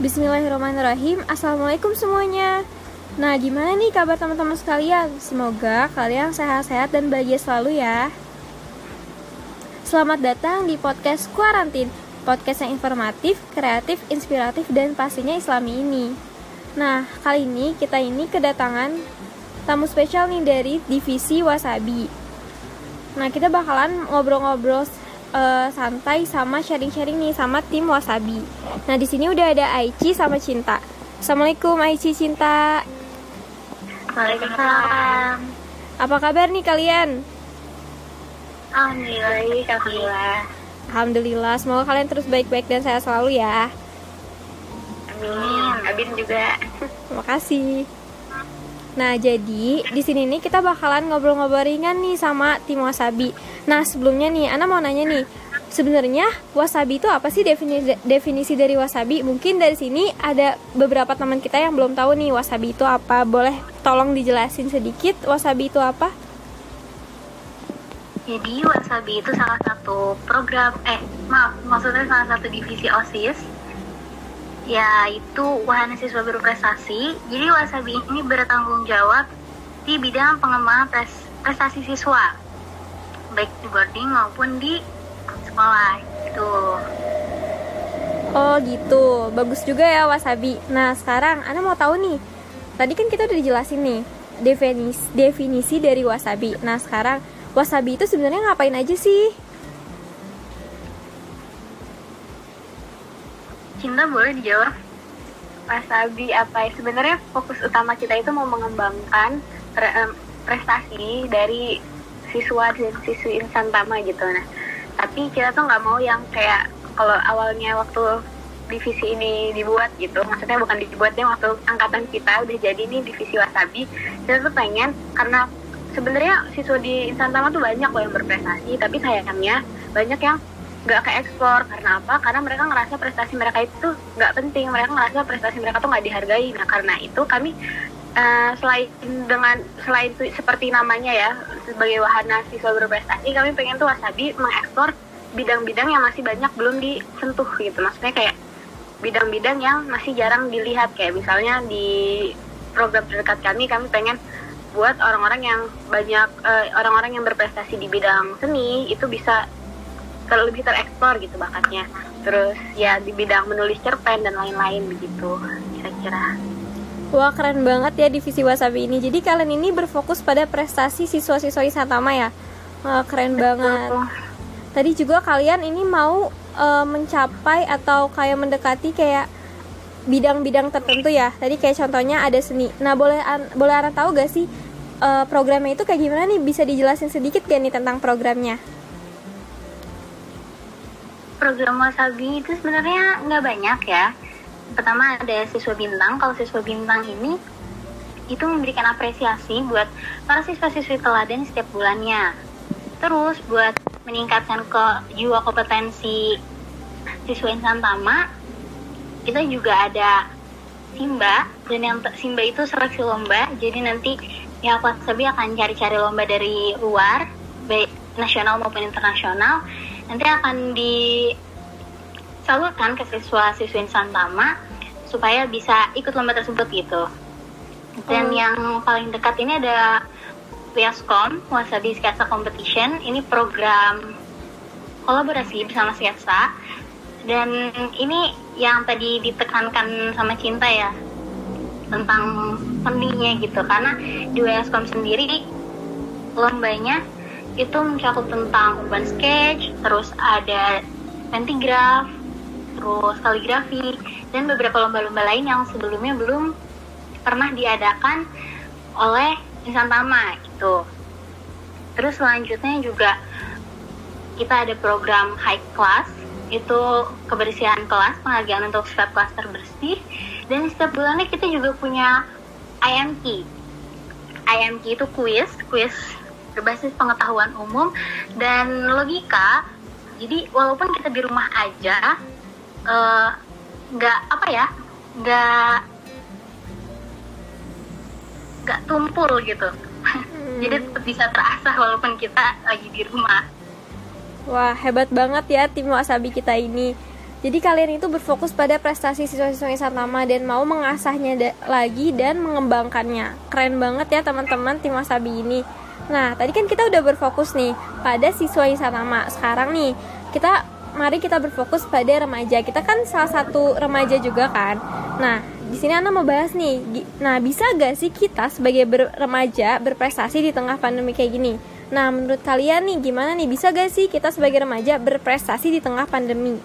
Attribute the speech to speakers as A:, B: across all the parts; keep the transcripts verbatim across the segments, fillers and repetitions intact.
A: Bismillahirrahmanirrahim. Assalamualaikum semuanya. Nah, gimana nih kabar teman-teman sekalian? Semoga kalian sehat-sehat dan bahagia selalu ya. Selamat datang di podcast Kuarantin, podcast yang informatif, kreatif, inspiratif, dan pastinya islami ini. Nah, kali ini kita ini kedatangan tamu spesial nih dari divisi Wasabi. Nah, kita bakalan ngobrol-ngobrol Uh, santai sama sharing-sharing nih sama tim Wasabi. Nah, di sini udah ada Aici sama Cinta. Assalamualaikum Aici, Cinta.
B: Waalaikumsalam.
A: Apa kabar nih kalian?
B: Alhamdulillah, alhamdulillah.
A: Alhamdulillah, semoga kalian terus baik-baik dan sehat selalu ya.
B: Amin. Abin juga.
A: Terima kasih. Nah, jadi di sini nih kita bakalan ngobrol-ngobrol ringan nih sama tim Wasabi. Nah, sebelumnya nih, Ana mau nanya nih, sebenarnya Wasabi itu apa sih, definisi, definisi dari Wasabi? Mungkin dari sini ada beberapa teman kita yang belum tahu nih Wasabi itu apa. Boleh tolong dijelasin sedikit Wasabi itu apa?
B: Jadi Wasabi itu salah satu program, eh maaf, maksudnya salah satu divisi OSIS, yaitu Wahana Siswa Berprestasi. Jadi Wasabi ini bertanggung jawab di bidang pengembangan pres- prestasi siswa, baik di boarding maupun di sekolah gitu.
A: Oh gitu, bagus juga ya Wasabi. Nah, sekarang Ana mau tahu nih, tadi kan kita udah dijelasin nih definisi, definisi dari Wasabi. Nah, sekarang Wasabi itu sebenarnya ngapain aja sih?
B: Cinta, boleh dijawab? Wasabi apa ya? Sebenarnya fokus utama kita itu mau mengembangkan pre- prestasi dari siswa dan siswi insan tama gitu. Nah, tapi kita tuh nggak mau yang kayak kalau awalnya waktu divisi ini dibuat gitu, maksudnya bukan dibuatnya waktu angkatan kita udah jadi nih divisi Wasabi. Kita tuh pengen, karena sebenarnya siswa di insan tama tuh banyak loh yang berprestasi, tapi sayangnya banyak yang nggak ke eksplor. Karena apa? Karena mereka ngerasa prestasi mereka itu nggak penting, mereka ngerasa prestasi mereka tuh nggak dihargai. Nah, karena itu kami uh, selain dengan selain itu, seperti namanya ya, sebagai wahana siswa berprestasi, kami pengen tuh Wasabi mengeksplor bidang-bidang yang masih banyak belum disentuh gitu. Maksudnya kayak bidang-bidang yang masih jarang dilihat, kayak misalnya di program terdekat kami, kami pengen buat orang-orang yang banyak uh, orang-orang yang berprestasi di bidang seni itu bisa lebih tereksplor gitu bakatnya. Terus ya di bidang menulis cerpen dan lain-lain begitu kira-kira.
A: Wah, keren banget ya divisi Wasabi ini. Jadi kalian ini berfokus pada prestasi siswa-siswa Isatama ya. Wah, keren
B: Betul.
A: banget. Tadi juga kalian ini mau uh, mencapai atau kayak mendekati kayak bidang-bidang tertentu ya. Tadi kayak contohnya ada seni. Nah, boleh an- boleh Ana tahu gak sih uh, programnya itu kayak gimana nih? Bisa dijelasin sedikit gak nih tentang programnya?
B: Program Wasabi itu sebenarnya nggak banyak ya. Pertama ada siswa bintang. Kalau siswa bintang ini itu memberikan apresiasi buat para siswa-siswi teladan setiap bulannya. Terus buat meningkatkan ke jiwa kompetensi siswa insan tama, kita juga ada Simba. Dan yang t- Simba itu seleksi lomba. Jadi nanti ya Wasabi akan cari-cari lomba dari luar, baik nasional maupun internasional. Nanti akan disalurkan ke siswa-siswi insan tama supaya bisa ikut lomba tersebut gitu. Dan oh. yang paling dekat ini ada Wiascom, Wasabi Sketsa Competition. Ini program kolaborasi bersama Sketsa. Dan ini yang tadi ditekankan sama Cinta ya, tentang pentingnya gitu. Karena di Wiascom sendiri lombanya itu mencakup tentang urban sketch, terus ada pentigraf, terus kaligrafi, dan beberapa lomba-lomba lain yang sebelumnya belum pernah diadakan oleh insan tama gitu. Terus selanjutnya juga kita ada program high class, itu kebersihan kelas, penghargaan untuk setiap kelas terbersih. Dan setiap bulannya kita juga punya I M K. I M K itu quiz, quiz berbasis pengetahuan umum dan logika. Jadi walaupun kita di rumah aja nggak uh, apa ya nggak nggak tumpul gitu. hmm. Jadi tetap bisa terasah walaupun kita lagi di rumah.
A: Wah, hebat banget ya tim Wasabi kita ini. Jadi kalian itu berfokus pada prestasi siswa-siswa Insan Tama dan mau mengasahnya da- lagi dan mengembangkannya. Keren banget ya teman-teman tim Wasabi ini. Nah, tadi kan kita udah berfokus nih pada siswa Insan Tama. Sekarang nih, kita mari kita berfokus pada remaja. Kita kan salah satu remaja juga kan. Nah, di sini Ana mau bahas nih. Nah, bisa gak sih kita sebagai ber- remaja berprestasi di tengah pandemi kayak gini? Nah, menurut kalian nih gimana nih? Bisa gak sih kita sebagai remaja berprestasi di tengah pandemi?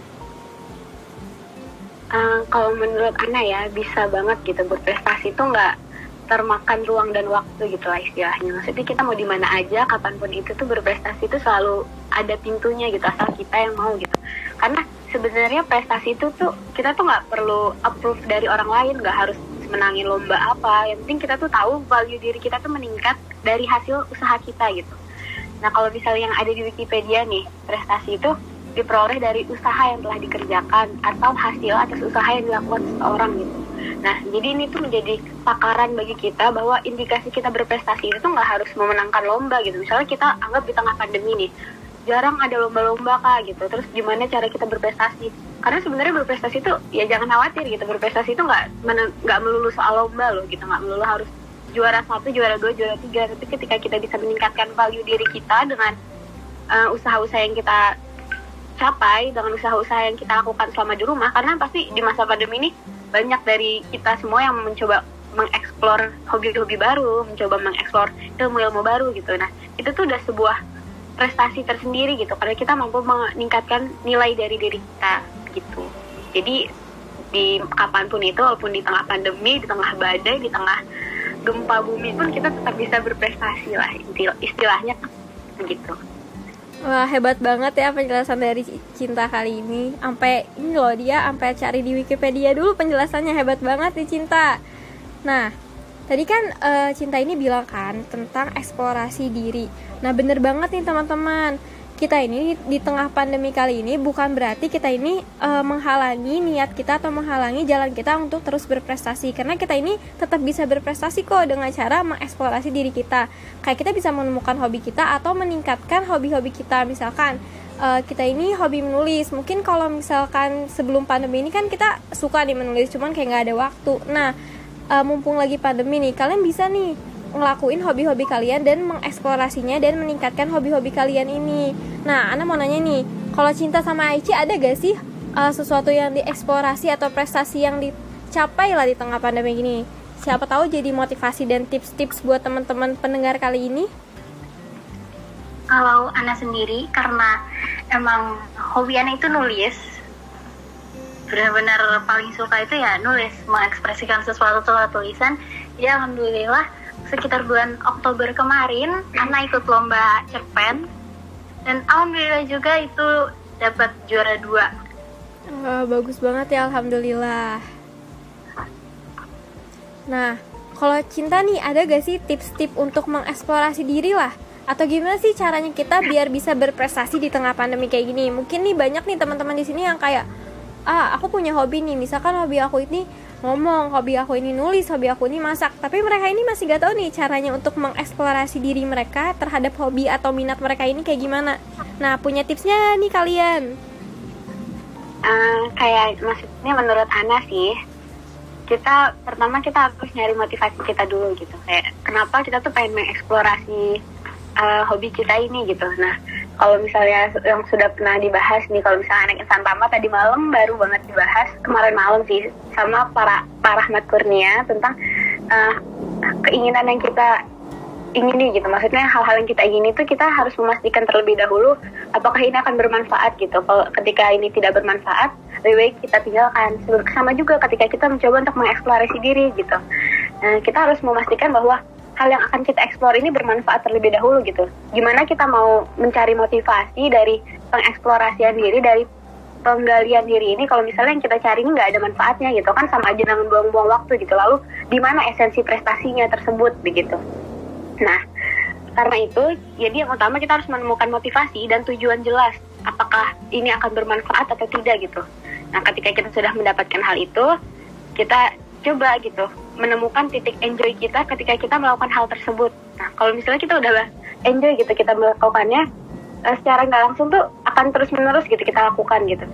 B: Uh, kalau menurut Ana ya, bisa banget gitu. Berprestasi itu nggak termakan ruang dan waktu gitu lah istilahnya. Maksudnya kita mau di mana aja, kapanpun itu tuh berprestasi itu selalu ada pintunya gitu, asal kita yang mau gitu. Karena sebenarnya prestasi itu tuh kita tuh nggak perlu approve dari orang lain, nggak harus menangin lomba apa. Yang penting kita tuh tahu value diri kita tuh meningkat dari hasil usaha kita gitu. Nah, kalau misalnya yang ada di Wikipedia nih, prestasi itu diperoleh dari usaha yang telah dikerjakan atau hasil atas usaha yang dilakukan seseorang gitu. Nah, jadi ini tuh menjadi takaran bagi kita bahwa indikasi kita berprestasi itu nggak harus memenangkan lomba gitu. Misalnya kita anggap di tengah pandemi nih, jarang ada lomba-lomba kak gitu. Terus gimana cara kita berprestasi? Karena sebenarnya berprestasi itu ya jangan khawatir gitu. Berprestasi itu nggak nggak melulu soal lomba loh gitu, nggak melulu harus juara satu, juara dua, juara tiga. Tapi ketika kita bisa meningkatkan value diri kita dengan uh, usaha-usaha yang kita capai, dengan usaha-usaha yang kita lakukan selama di rumah, karena pasti di masa pandemi ini banyak dari kita semua yang mencoba mengeksplor hobi-hobi baru, mencoba mengeksplor ilmu-ilmu baru gitu. Nah, itu tuh udah sebuah prestasi tersendiri gitu, karena kita mampu meningkatkan nilai dari diri kita gitu. Jadi di kapanpun itu, walaupun di tengah pandemi, di tengah badai, di tengah gempa bumi pun kita tetap bisa berprestasi lah istilahnya gitu.
A: Wah, hebat banget ya penjelasan dari Cinta kali ini. Sampai ini loh dia sampai cari di Wikipedia dulu penjelasannya, hebat banget nih Cinta. Nah, tadi kan uh, Cinta ini bilang kan tentang eksplorasi diri. Nah, bener banget nih teman-teman. Kita ini di tengah pandemi kali ini bukan berarti kita ini uh, menghalangi niat kita atau menghalangi jalan kita untuk terus berprestasi. Karena kita ini tetap bisa berprestasi kok dengan cara mengeksplorasi diri kita. Kayak kita bisa menemukan hobi kita atau meningkatkan hobi-hobi kita. Misalkan uh, kita ini hobi menulis. Mungkin kalau misalkan sebelum pandemi ini kan kita suka nih menulis, cuman kayak gak ada waktu. Nah, uh, mumpung lagi pandemi nih, kalian bisa nih ngelakuin hobi-hobi kalian dan mengeksplorasinya dan meningkatkan hobi-hobi kalian ini. Nah, Ana mau nanya nih, kalau Cinta sama Aici ada gak sih uh, sesuatu yang dieksplorasi atau prestasi yang dicapai lah di tengah pandemi gini? Siapa tahu jadi motivasi dan tips-tips buat teman-teman pendengar kali ini.
B: Kalau Ana sendiri, karena emang hobi Ana itu nulis, benar-benar paling suka itu ya nulis, mengekspresikan sesuatu lewat tulisan. Ya alhamdulillah sekitar bulan Oktober kemarin Ana ikut lomba cerpen dan alhamdulillah juga itu dapat juara dua.
A: Wah, bagus banget ya, alhamdulillah. Nah, kalau Cinta nih ada gak sih tips-tips untuk mengeksplorasi diri lah? Atau gimana sih caranya kita biar bisa berprestasi di tengah pandemi kayak gini? Mungkin nih banyak nih teman-teman di sini yang kayak, ah aku punya hobi nih, misalkan hobi aku ini ngomong, hobi aku ini nulis, hobi aku ini masak, tapi mereka ini masih gak tahu nih caranya untuk mengeksplorasi diri mereka terhadap hobi atau minat mereka ini kayak gimana. Nah, punya tipsnya nih kalian?
B: Uh, kayak maksudnya menurut Ana sih, kita pertama kita harus nyari motivasi kita dulu gitu. Kayak kenapa kita tuh pengen mengeksplorasi uh, hobi kita ini gitu. Nah, kalau misalnya yang sudah pernah dibahas nih, kalau misalnya anak Insan Tama tadi malam baru banget dibahas, kemarin malam sih, sama para Pak Rahmat Kurnia tentang uh, keinginan yang kita ingini gitu. Maksudnya hal-hal yang kita ingini itu kita harus memastikan terlebih dahulu apakah ini akan bermanfaat gitu. Kalau ketika ini tidak bermanfaat, lebih baik kita tinggalkan. Sama juga ketika kita mencoba untuk mengeksplorasi diri gitu. Nah, kita harus memastikan bahwa hal yang akan kita eksplor ini bermanfaat terlebih dahulu gitu. Gimana kita mau mencari motivasi dari pengeksplorasian diri, dari penggalian diri ini kalau misalnya yang kita cari ini nggak ada manfaatnya gitu kan, sama aja dengan buang-buang waktu gitu. Lalu di mana esensi prestasinya tersebut begitu. Nah, karena itu jadi yang utama kita harus menemukan motivasi dan tujuan jelas apakah ini akan bermanfaat atau tidak gitu. Nah, ketika kita sudah mendapatkan hal itu, kita coba gitu menemukan titik enjoy kita ketika kita melakukan hal tersebut. Nah, kalau misalnya kita udah enjoy gitu kita melakukannya, uh, secara nggak langsung tuh akan terus menerus gitu kita lakukan gitu.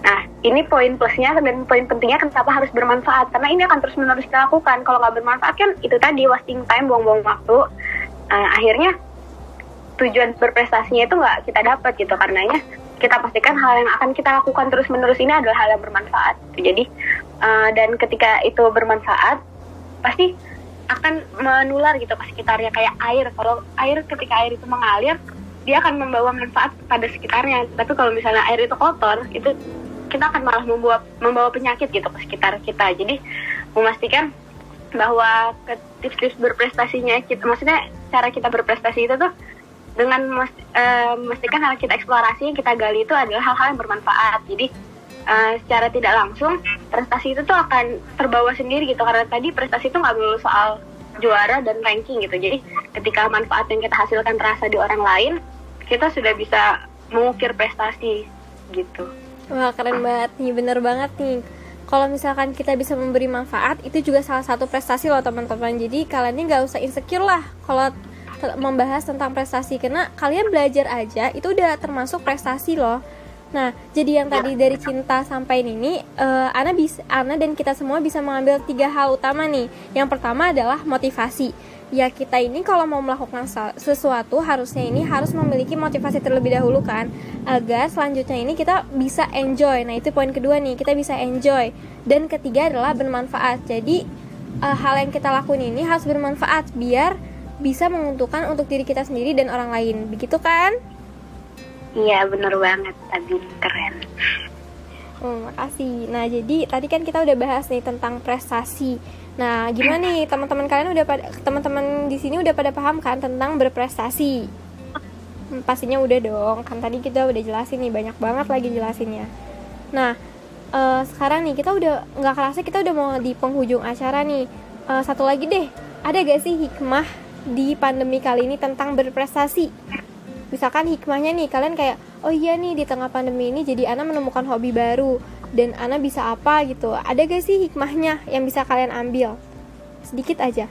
C: Nah, ini poin plusnya dan poin pentingnya kenapa harus bermanfaat. Karena ini akan terus-menerus kita lakukan. Kalau nggak bermanfaat kan itu tadi, wasting time, buang-buang waktu. Uh, akhirnya tujuan berprestasinya itu nggak kita dapat gitu. Karenanya kita pastikan hal yang akan kita lakukan terus-menerus ini adalah hal yang bermanfaat. Jadi, uh, dan ketika itu bermanfaat, pasti akan menular gitu ke sekitarnya kayak air. Kalau air, ketika air itu mengalir, dia akan membawa manfaat pada sekitarnya. Tapi kalau misalnya air itu kotor, itu kita akan malah membawa membawa penyakit gitu ke sekitar kita. Jadi memastikan bahwa tips-tips berprestasinya kita, maksudnya cara kita berprestasi itu tuh dengan mas, uh, memastikan hal kita eksplorasi, yang kita gali itu adalah hal-hal yang bermanfaat. Jadi uh, secara tidak langsung prestasi itu tuh akan terbawa sendiri gitu, karena tadi prestasi itu nggak melulu soal juara dan ranking gitu. Jadi ketika manfaat yang kita hasilkan terasa di orang lain, kita sudah bisa mengukir prestasi gitu.
A: Wah, keren banget nih, bener banget nih. Kalau misalkan kita bisa memberi manfaat, itu juga salah satu prestasi loh teman-teman. Jadi kalian ini gak usah insecure lah kalau te- membahas tentang prestasi, karena kalian belajar aja itu udah termasuk prestasi loh. Nah, jadi yang tadi dari cinta sampai ini, uh, Ana bisa, Ana dan kita semua bisa mengambil tiga hal utama nih. Yang pertama adalah motivasi. Ya, kita ini kalau mau melakukan sesuatu harusnya ini harus memiliki motivasi terlebih dahulu kan, agar selanjutnya ini kita bisa enjoy. Nah, itu poin kedua nih, kita bisa enjoy. Dan ketiga adalah bermanfaat. Jadi uh, hal yang kita lakuin ini harus bermanfaat biar bisa menguntungkan untuk diri kita sendiri dan orang lain. Begitu kan?
C: Iya, bener banget tadi, keren.
A: Oh, makasih. Nah, jadi tadi kan kita udah bahas nih tentang prestasi. Nah, gimana nih teman-teman kalian udah pada teman-teman di sini udah pada paham kan tentang berprestasi? Hmm, pastinya udah dong. Kan tadi kita udah jelasin nih, banyak banget lagi jelasinnya. Nah, uh, sekarang nih kita udah nggak kerasa kita udah mau di penghujung acara nih. Uh, satu lagi deh, ada gak sih hikmah di pandemi kali ini tentang berprestasi? Misalkan hikmahnya nih, kalian kayak, oh iya nih di tengah pandemi ini jadi Ana menemukan hobi baru dan Ana bisa apa gitu. Ada gak sih hikmahnya yang bisa kalian ambil? Sedikit aja.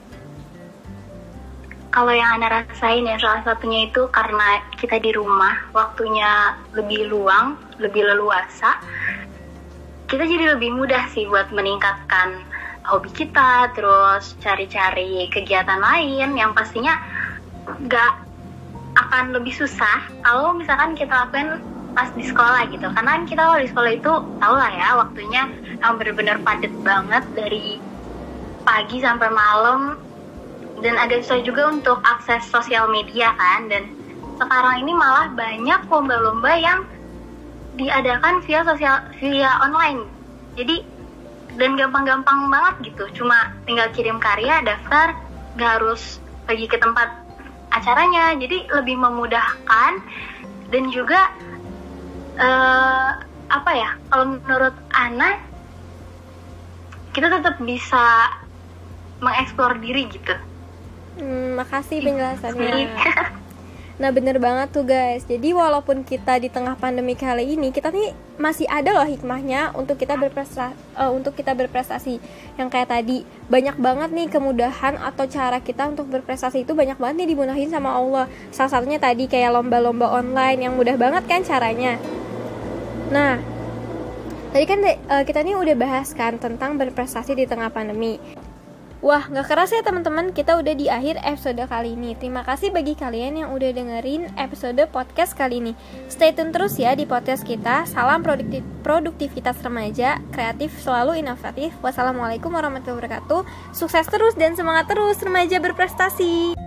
B: Kalau yang Ana rasain ya, salah satunya itu karena kita di rumah, waktunya lebih luang, lebih leluasa, kita jadi lebih mudah sih buat meningkatkan hobi kita, terus cari-cari kegiatan lain yang pastinya gak akan lebih susah kalau misalkan kita lakuin pas di sekolah gitu. Karena kita kalau di sekolah itu tau lah ya, waktunya yang benar-benar padat banget dari pagi sampai malam, dan agak susah juga untuk akses sosial media kan. Dan sekarang ini malah banyak lomba-lomba yang diadakan via sosial via online. Jadi dan gampang-gampang banget gitu, cuma tinggal kirim karya, daftar, gak harus pergi ke tempat acaranya. Jadi lebih memudahkan dan juga uh, apa ya, kalau menurut Ana kita tetap bisa mengeksplor diri gitu.
A: Hmm, makasih penjelasannya. Nah, bener banget tuh guys. Jadi walaupun kita di tengah pandemi kali ini, kita nih masih ada loh hikmahnya untuk kita berprestasi, uh, untuk kita berprestasi. Yang kayak tadi, banyak banget nih kemudahan atau cara kita untuk berprestasi itu banyak banget nih dimudahin sama Allah. Salah satunya tadi kayak lomba-lomba online yang mudah banget kan caranya. Nah, tadi kan uh, kita nih udah bahas kan tentang berprestasi di tengah pandemi. Wah, gak kerasa ya teman-teman, kita udah di akhir episode kali ini. Terima kasih bagi kalian yang udah dengerin episode podcast kali ini. Stay tune terus ya di podcast kita. Salam produktif, produktivitas remaja, kreatif selalu inovatif. Wassalamualaikum warahmatullahi wabarakatuh. Sukses terus dan semangat terus remaja berprestasi.